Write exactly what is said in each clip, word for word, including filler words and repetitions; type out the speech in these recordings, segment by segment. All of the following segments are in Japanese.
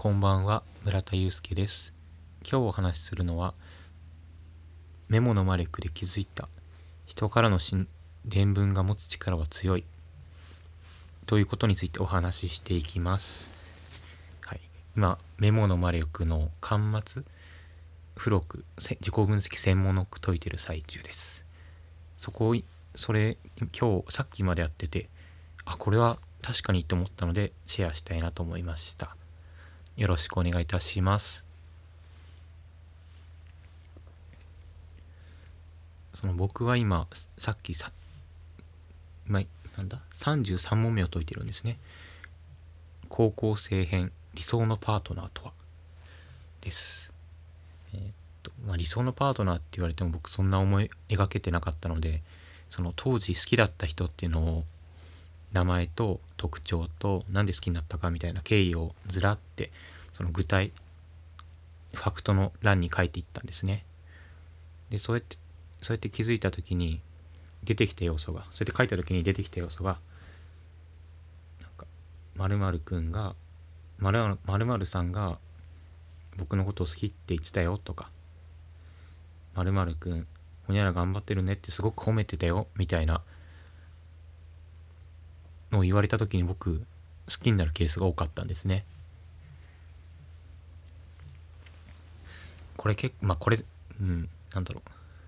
こんばんは、村田祐介です。今日お話しするのは、メモの魔力で気づいた人からの伝聞が持つ力は強いということについてお話ししていきます。はい、今、メモの魔力の巻末付録自己分析専門の解いている最中です。そこをそれ今日さっきまでやってて、あ、これは確かにと思ったのでシェアしたいなと思いました。よろしくお願いいたします。その僕は今さっきさ、ま、なんださんじゅうさん問目を解いてるんですね。高校生編、理想のパートナーとはです。えーっとまあ、理想のパートナーって言われても僕そんな思い描けてなかったので、その当時好きだった人っていうのを名前と特徴となんで好きになったかみたいな経緯をずらってその具体ファクトの欄に書いていったんですね。でそうやってそうやって気づいた時に出てきた要素がそうやって書いた時に出てきた要素がなんか〇〇くんが〇〇さんが僕のことを好きって言ってたよとか、〇〇くんほにゃら頑張ってるねってすごく褒めてたよみたいなのを言われた時に僕好きになるケースが多かったんですね。これ結構まあこれうんなんだろ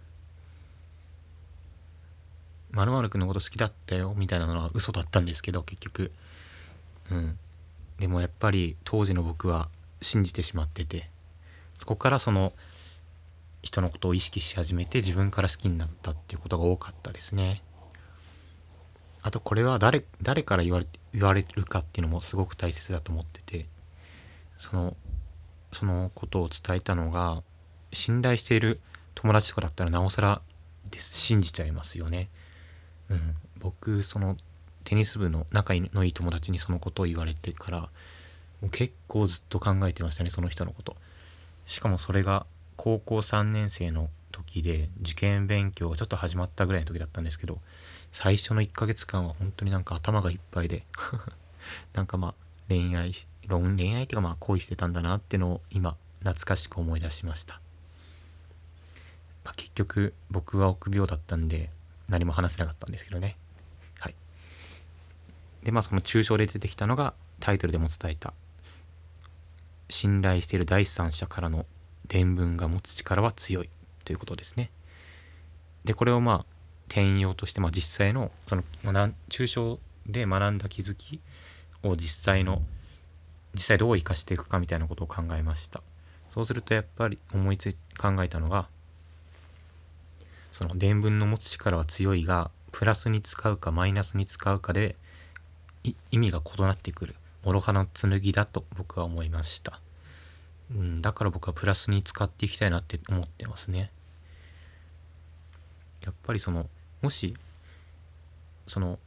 う〇〇くんのこと好きだったよみたいなのは嘘だったんですけど結局うんでもやっぱり当時の僕は信じてしまってて、そこからその人のことを意識し始めて自分から好きになったっていうことが多かったですね。あとこれは誰誰から言われ言われるかっていうのもすごく大切だと思ってて、そのそのことを伝えたのが信頼している友達とかだったらなおさらです信じちゃいますよね。うん、僕そのテニス部の仲のいい友達にそのことを言われてからもう結構ずっと考えてましたね、その人のこと。しかもそれが高校さんねん生の時で受験勉強がちょっと始まったぐらいの時だったんですけど、最初のいっかげつかんは本当になんか頭がいっぱいでなんかまあ恋愛恋愛っていうかまあ恋してたんだなってのを今懐かしく思い出しました。まあ、結局僕は臆病だったんで何も話せなかったんですけどね。はい。でまあその抽象で出てきたのがタイトルでも伝えた信頼している第三者からの伝聞が持つ力は強いということですね。でこれをまあ転用としてまあ実際のその抽象で学んだ気づきを実際の実際どう生かしていくかみたいなことを考えました。そうするとやっぱり思いつい考えたのが、その伝聞の持つ力は強いがプラスに使うかマイナスに使うかで意味が異なってくる諸刃の剣だと僕は思いました。うん、だから僕はプラスに使っていきたいなって思ってますね。やっぱりそのもしその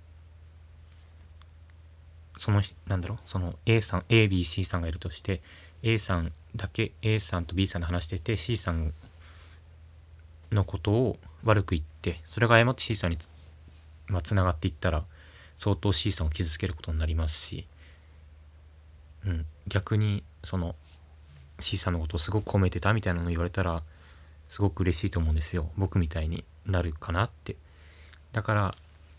そのなんだろうその A さん エービーシー さんがいるとして A さんだけ A さんと B さんで話してて C さんのことを悪く言ってそれが誤って C さんにつ、まあ、つながっていったら相当 C さんを傷つけることになりますし、うん、逆にその C さんのことをすごく褒めてたみたいなのを言われたらすごく嬉しいと思うんですよ。僕みたいになるかなって。だから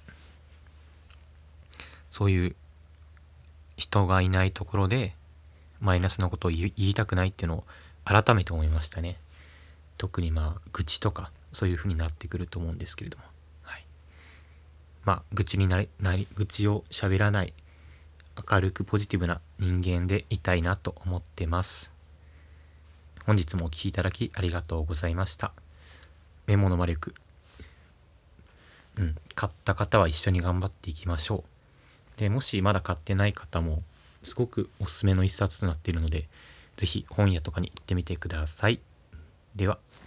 そういう人がいないところでマイナスなことを言いたくないっていうのを改めて思いましたね。特にまあ愚痴とかそういう風になってくると思うんですけれども、はい、まあ愚痴になりなり愚痴を喋らない明るくポジティブな人間でいたいなと思ってます。本日もお聞きいただきありがとうございました。メモの魔力、うん、買った方は一緒に頑張っていきましょう。でもしまだ買ってない方もすごくおすすめの一冊となっているので、ぜひ本屋とかに行ってみてください。では。